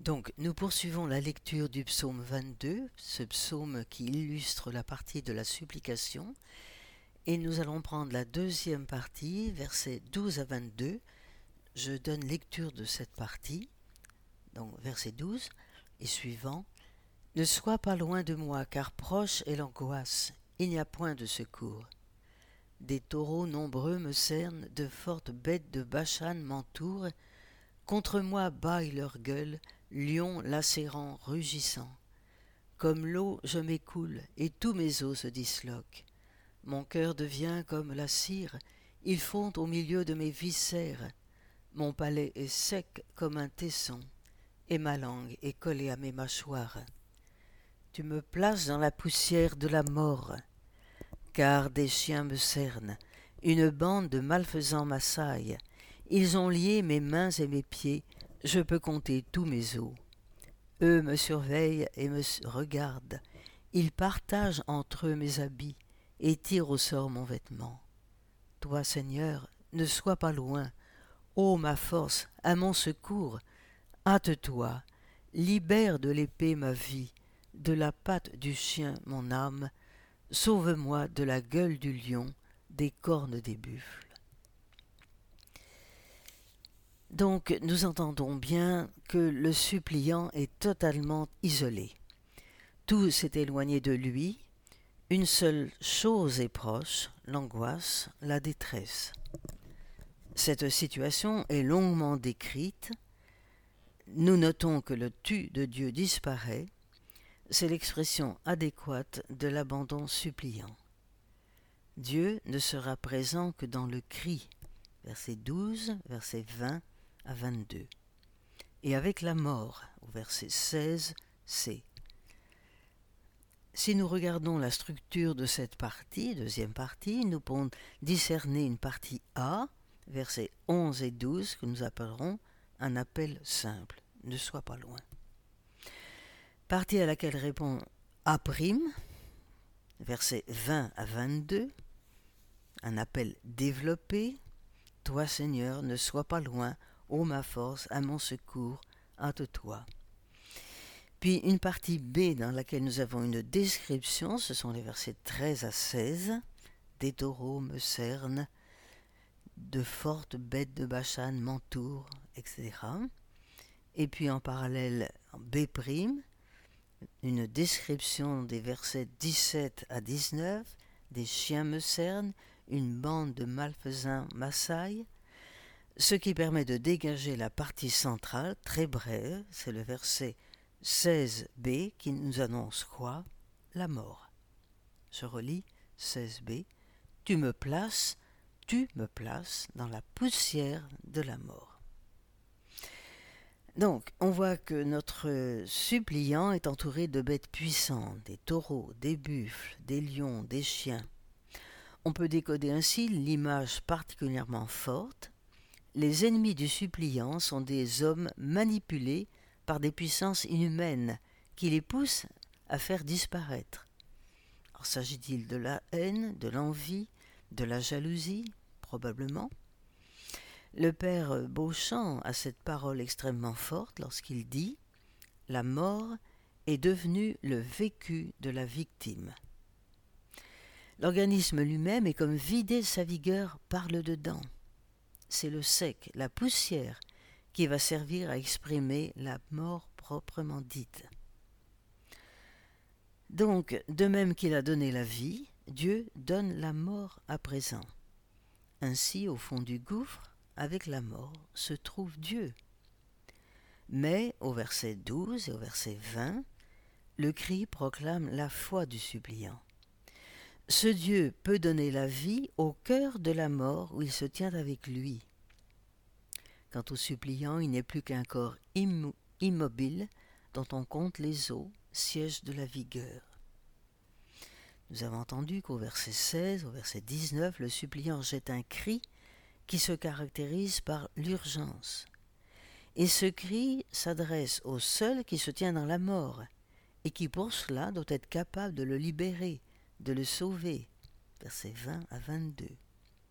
Donc, nous poursuivons la lecture du psaume 22, ce psaume qui illustre la partie de la supplication, et nous allons prendre la deuxième partie, versets 12 à 22. Je donne lecture de cette partie, donc verset 12 et suivant. « Ne sois pas loin de moi, car proche est l'angoisse, il n'y a point de secours. Des taureaux nombreux me cernent, de fortes bêtes de Bashan m'entourent. Contre moi bâillent leur gueule, lions lacérants, rugissants. Comme l'eau, je m'écoule, et tous mes os se disloquent. Mon cœur devient comme la cire, il fond au milieu de mes viscères. Mon palais est sec comme un tesson, et ma langue est collée à mes mâchoires. Tu me places dans la poussière de la mort, car des chiens me cernent, une bande de malfaisants m'assaille. Ils ont lié mes mains et mes pieds, je peux compter tous mes os. Eux me surveillent et me regardent, ils partagent entre eux mes habits et tirent au sort mon vêtement. Toi, Seigneur, ne sois pas loin, ô ma force, à mon secours, hâte-toi, libère de l'épée ma vie, de la patte du chien mon âme, sauve-moi de la gueule du lion, des cornes des buffles. » Donc nous entendons bien que le suppliant est totalement isolé. Tout s'est éloigné de lui, une seule chose est proche, l'angoisse, la détresse. Cette situation est longuement décrite. Nous notons que le tu de Dieu disparaît, c'est l'expression adéquate de l'abandon suppliant. Dieu ne sera présent que dans le cri, verset 12, verset 20 à 22, et avec la mort, au verset 16c. Si nous regardons la structure de cette partie, deuxième partie, nous pouvons discerner une partie A, versets 11 et 12, que nous appellerons un appel simple, ne sois pas loin. Partie à laquelle répond A', versets 20 à 22, un appel développé, toi Seigneur, ne sois pas loin, ô ma force, à mon secours, hâte-toi. Puis une partie B dans laquelle nous avons une description, ce sont les versets 13 à 16. Des taureaux me cernent, de fortes bêtes de Bashan m'entourent, etc. Et puis en parallèle, en B', une description des versets 17 à 19. Des chiens me cernent, une bande de malfaisants m'assaille. Ce qui permet de dégager la partie centrale, très brève, c'est le verset 16b qui nous annonce quoi? La mort. Je relis 16b. Tu me places dans la poussière de la mort. Donc, on voit que notre suppliant est entouré de bêtes puissantes, des taureaux, des buffles, des lions, des chiens. On peut décoder ainsi l'image particulièrement forte. Les ennemis du suppliant sont des hommes manipulés par des puissances inhumaines qui les poussent à faire disparaître. Alors, s'agit-il de la haine, de l'envie, de la jalousie? Probablement. Le père Beauchamp a cette parole extrêmement forte lorsqu'il dit « La mort est devenue le vécu de la victime ». L'organisme lui-même est comme vidé de sa vigueur par le dedans. C'est le sec, la poussière, qui va servir à exprimer la mort proprement dite. Donc, de même qu'il a donné la vie, Dieu donne la mort à présent. Ainsi, au fond du gouffre, avec la mort, se trouve Dieu. Mais, au verset 12 et au verset 20, le cri proclame la foi du suppliant. Ce Dieu peut donner la vie au cœur de la mort où il se tient avec lui. Quant au suppliant, il n'est plus qu'un corps immobile dont on compte les os, siège de la vigueur. Nous avons entendu qu'au verset 16, au verset 19, le suppliant jette un cri qui se caractérise par l'urgence. Et ce cri s'adresse au seul qui se tient dans la mort et qui pour cela doit être capable de le libérer, de le sauver. Versets 20 à 22.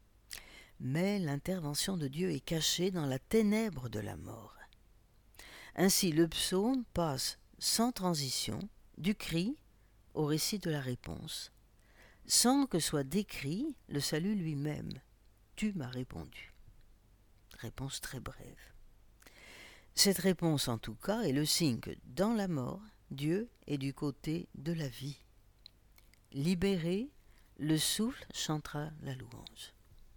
Mais l'intervention de Dieu est cachée dans la ténèbre de la mort. Ainsi, le psaume passe sans transition du cri au récit de la réponse, sans que soit décrit le salut lui-même. Tu m'as répondu. Réponse très brève. Cette réponse, en tout cas, est le signe que dans la mort, Dieu est du côté de la vie. Libéré, le souffle chantera la louange.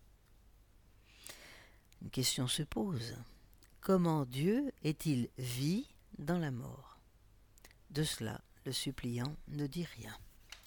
Une question se pose. Comment Dieu est-il vie dans la mort? De cela, le suppliant ne dit rien.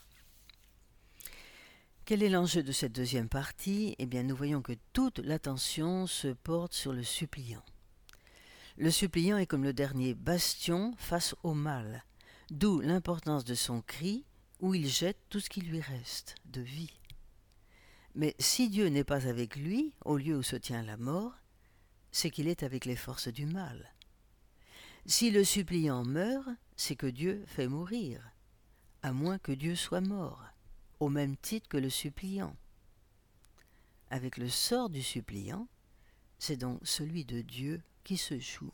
Quel est l'enjeu de cette deuxième partie? Eh bien, nous voyons que toute l'attention se porte sur le suppliant. Le suppliant est comme le dernier bastion face au mal, d'où l'importance de son cri où il jette tout ce qui lui reste de vie. Mais si Dieu n'est pas avec lui, au lieu où se tient la mort, c'est qu'il est avec les forces du mal. Si le suppliant meurt, c'est que Dieu fait mourir, à moins que Dieu soit mort, au même titre que le suppliant. Avec le sort du suppliant, c'est donc celui de Dieu qui se joue.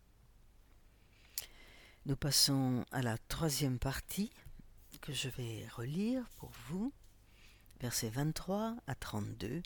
Nous passons à la troisième partie que je vais relire pour vous, versets 23 à 32.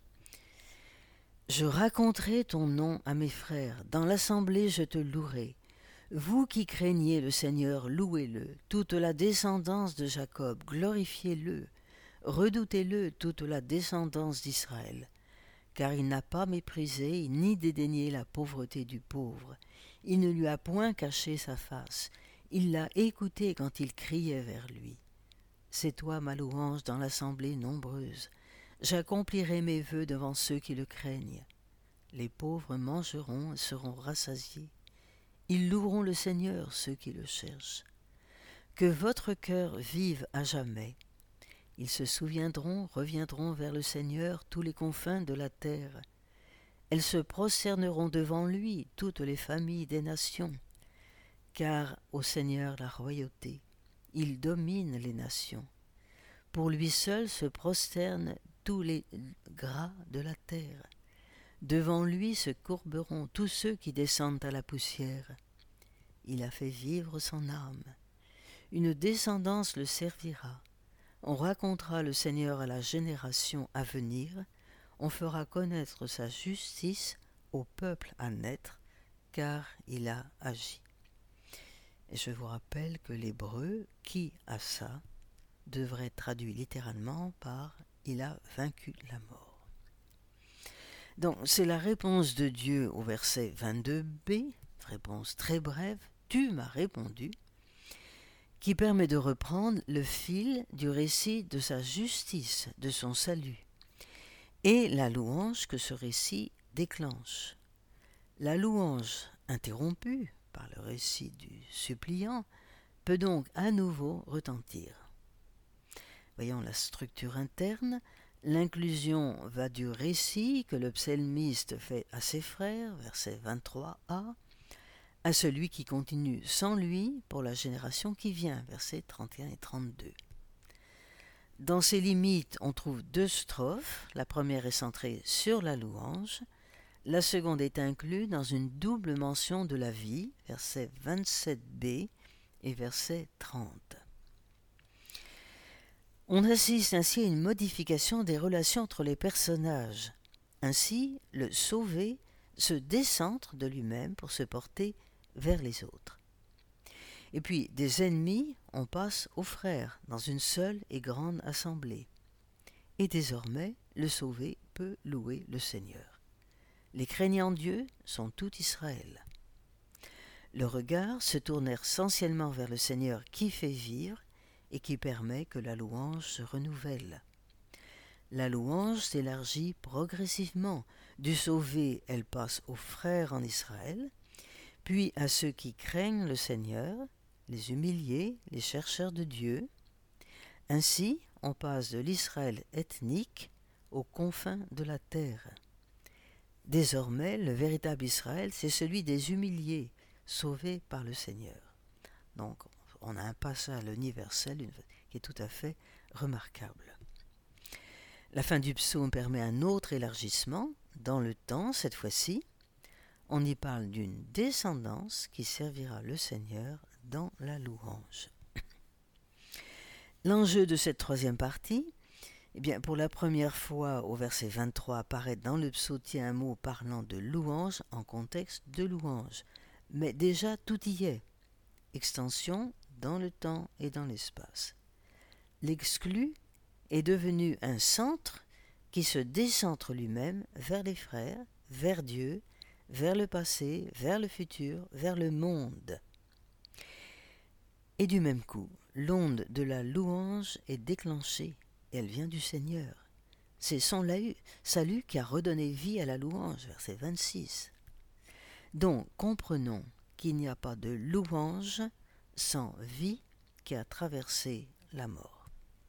Je raconterai ton nom à mes frères, dans l'assemblée je te louerai. Vous qui craignez le Seigneur, louez-le, toute la descendance de Jacob, glorifiez-le, redoutez-le, toute la descendance d'Israël, car il n'a pas méprisé ni dédaigné la pauvreté du pauvre. Il ne lui a point caché sa face, il l'a écouté quand il criait vers lui. C'est toi ma louange dans l'assemblée nombreuse. J'accomplirai mes vœux devant ceux qui le craignent. Les pauvres mangeront et seront rassasiés. Ils loueront le Seigneur, ceux qui le cherchent. Que votre cœur vive à jamais. Ils se souviendront, reviendront vers le Seigneur tous les confins de la terre. Elles se prosterneront devant lui, toutes les familles des nations. Car au Seigneur la royauté, il domine les nations. Pour lui seul se prosternent tous les gras de la terre. Devant lui se courberont tous ceux qui descendent à la poussière. Il a fait vivre son âme. Une descendance le servira. On racontera le Seigneur à la génération à venir. On fera connaître sa justice au peuple à naître, car il a agi. Et je vous rappelle que l'hébreu « qui a ça » devrait être traduit littéralement par « il a vaincu la mort ». Donc c'est la réponse de Dieu au verset 22b, réponse très brève, « tu m'as répondu », qui permet de reprendre le fil du récit de sa justice, de son salut, et la louange que ce récit déclenche. La louange interrompue par le récit du suppliant peut donc à nouveau retentir. Voyons la structure interne. L'inclusion va du récit que le psalmiste fait à ses frères, verset 23a, à celui qui continue sans lui pour la génération qui vient, versets 31 et 32. Dans ces limites, on trouve deux strophes. La première est centrée sur la louange. La seconde est inclue dans une double mention de la vie, verset 27b et verset 30. On assiste ainsi à une modification des relations entre les personnages. Ainsi, le sauvé se décentre de lui-même pour se porter vers les autres. Et puis, des ennemis, on passe aux frères dans une seule et grande assemblée. Et désormais, le sauvé peut louer le Seigneur. Les craignants Dieu sont tout Israël. Le regard se tourne essentiellement vers le Seigneur qui fait vivre et qui permet que la louange se renouvelle. La louange s'élargit progressivement. Du sauvé, elle passe aux frères en Israël, puis à ceux qui craignent le Seigneur, les humiliés, les chercheurs de Dieu. Ainsi, on passe de l'Israël ethnique aux confins de la terre. Désormais, le véritable Israël, c'est celui des humiliés, sauvés par le Seigneur. Donc, on a un passage universel qui est tout à fait remarquable. La fin du psaume permet un autre élargissement, dans le temps cette fois-ci. on y parle d'une descendance qui servira le Seigneur dans la louange. L'enjeu de cette troisième partie, eh bien, pour la première fois au verset 23 apparaît dans le psautier un mot parlant de louange en contexte de louange. Mais déjà tout y est. Extension dans le temps et dans l'espace. L'exclu est devenu un centre qui se décentre lui-même vers les frères, vers Dieu, vers le passé, vers le futur, vers le monde. Et du même coup, l'onde de la louange est déclenchée et elle vient du Seigneur. C'est son salut qui a redonné vie à la louange, verset 26. Donc, comprenons qu'il n'y a pas de louange sans vie qui a traversé la mort.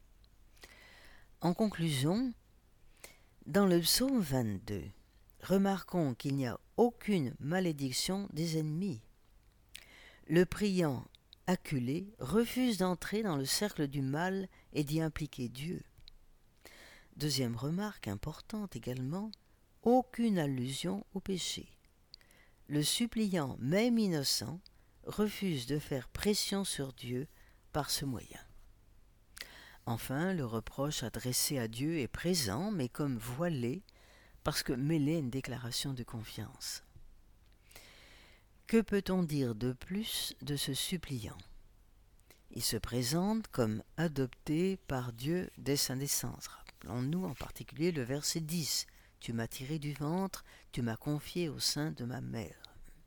En conclusion, dans le psaume 22, remarquons qu'il n'y a aucune malédiction des ennemis. Le priant acculé refuse d'entrer dans le cercle du mal et d'y impliquer Dieu. Deuxième remarque importante également, aucune allusion au péché. Le suppliant, même innocent, refuse de faire pression sur Dieu par ce moyen. Enfin, le reproche adressé à Dieu est présent, mais comme voilé, parce que mêlé à une déclaration de confiance. Que peut-on dire de plus de ce suppliant ? Il se présente comme adopté par Dieu dès sa naissance. Rappelons-nous en particulier le verset 10. « Tu m'as tiré du ventre, tu m'as confié au sein de ma mère. »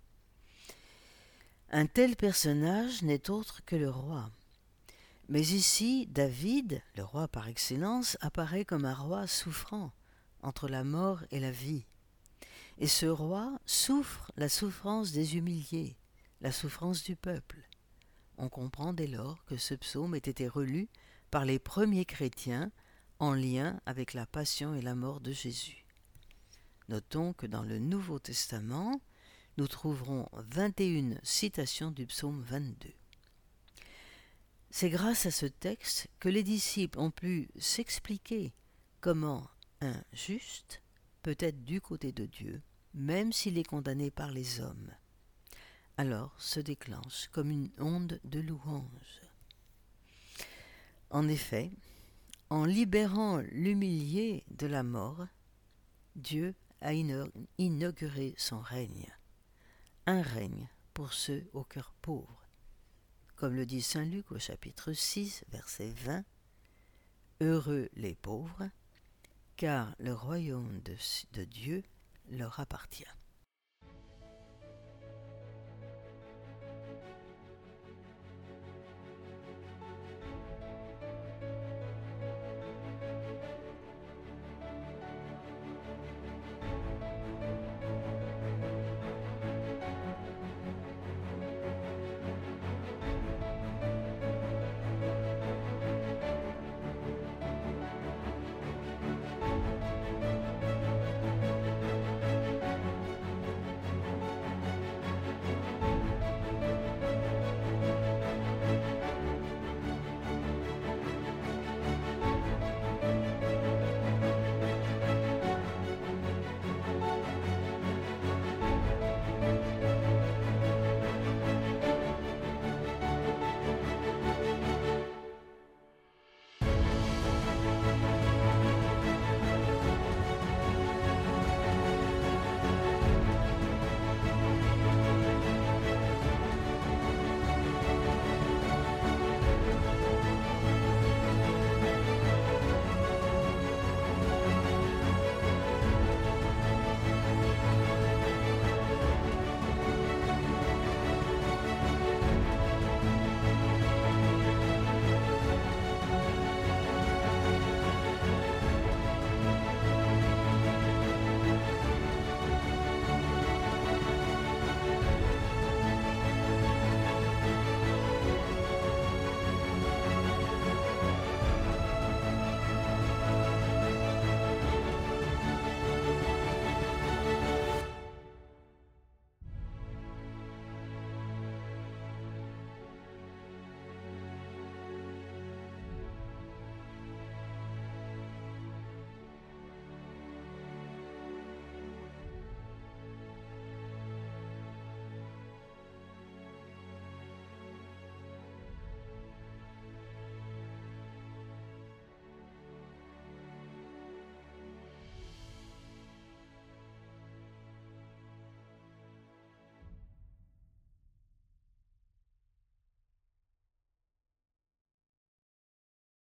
Un tel personnage n'est autre que le roi. Mais ici, David, le roi par excellence, apparaît comme un roi souffrant entre la mort et la vie. Et ce roi souffre la souffrance des humiliés, la souffrance du peuple. On comprend dès lors que ce psaume ait été relu par les premiers chrétiens en lien avec la passion et la mort de Jésus. Notons que dans le Nouveau Testament, nous trouverons 21 citations du psaume 22. C'est grâce à ce texte que les disciples ont pu s'expliquer comment un juste peut être du côté de Dieu, même s'il est condamné par les hommes. Alors se déclenche comme une onde de louange. En effet, en libérant l'humilié de la mort, Dieu a inauguré son règne. Un règne pour ceux au cœur pauvre. Comme le dit saint Luc au chapitre 6, verset 20, « Heureux les pauvres, car le royaume de Dieu leur appartient. »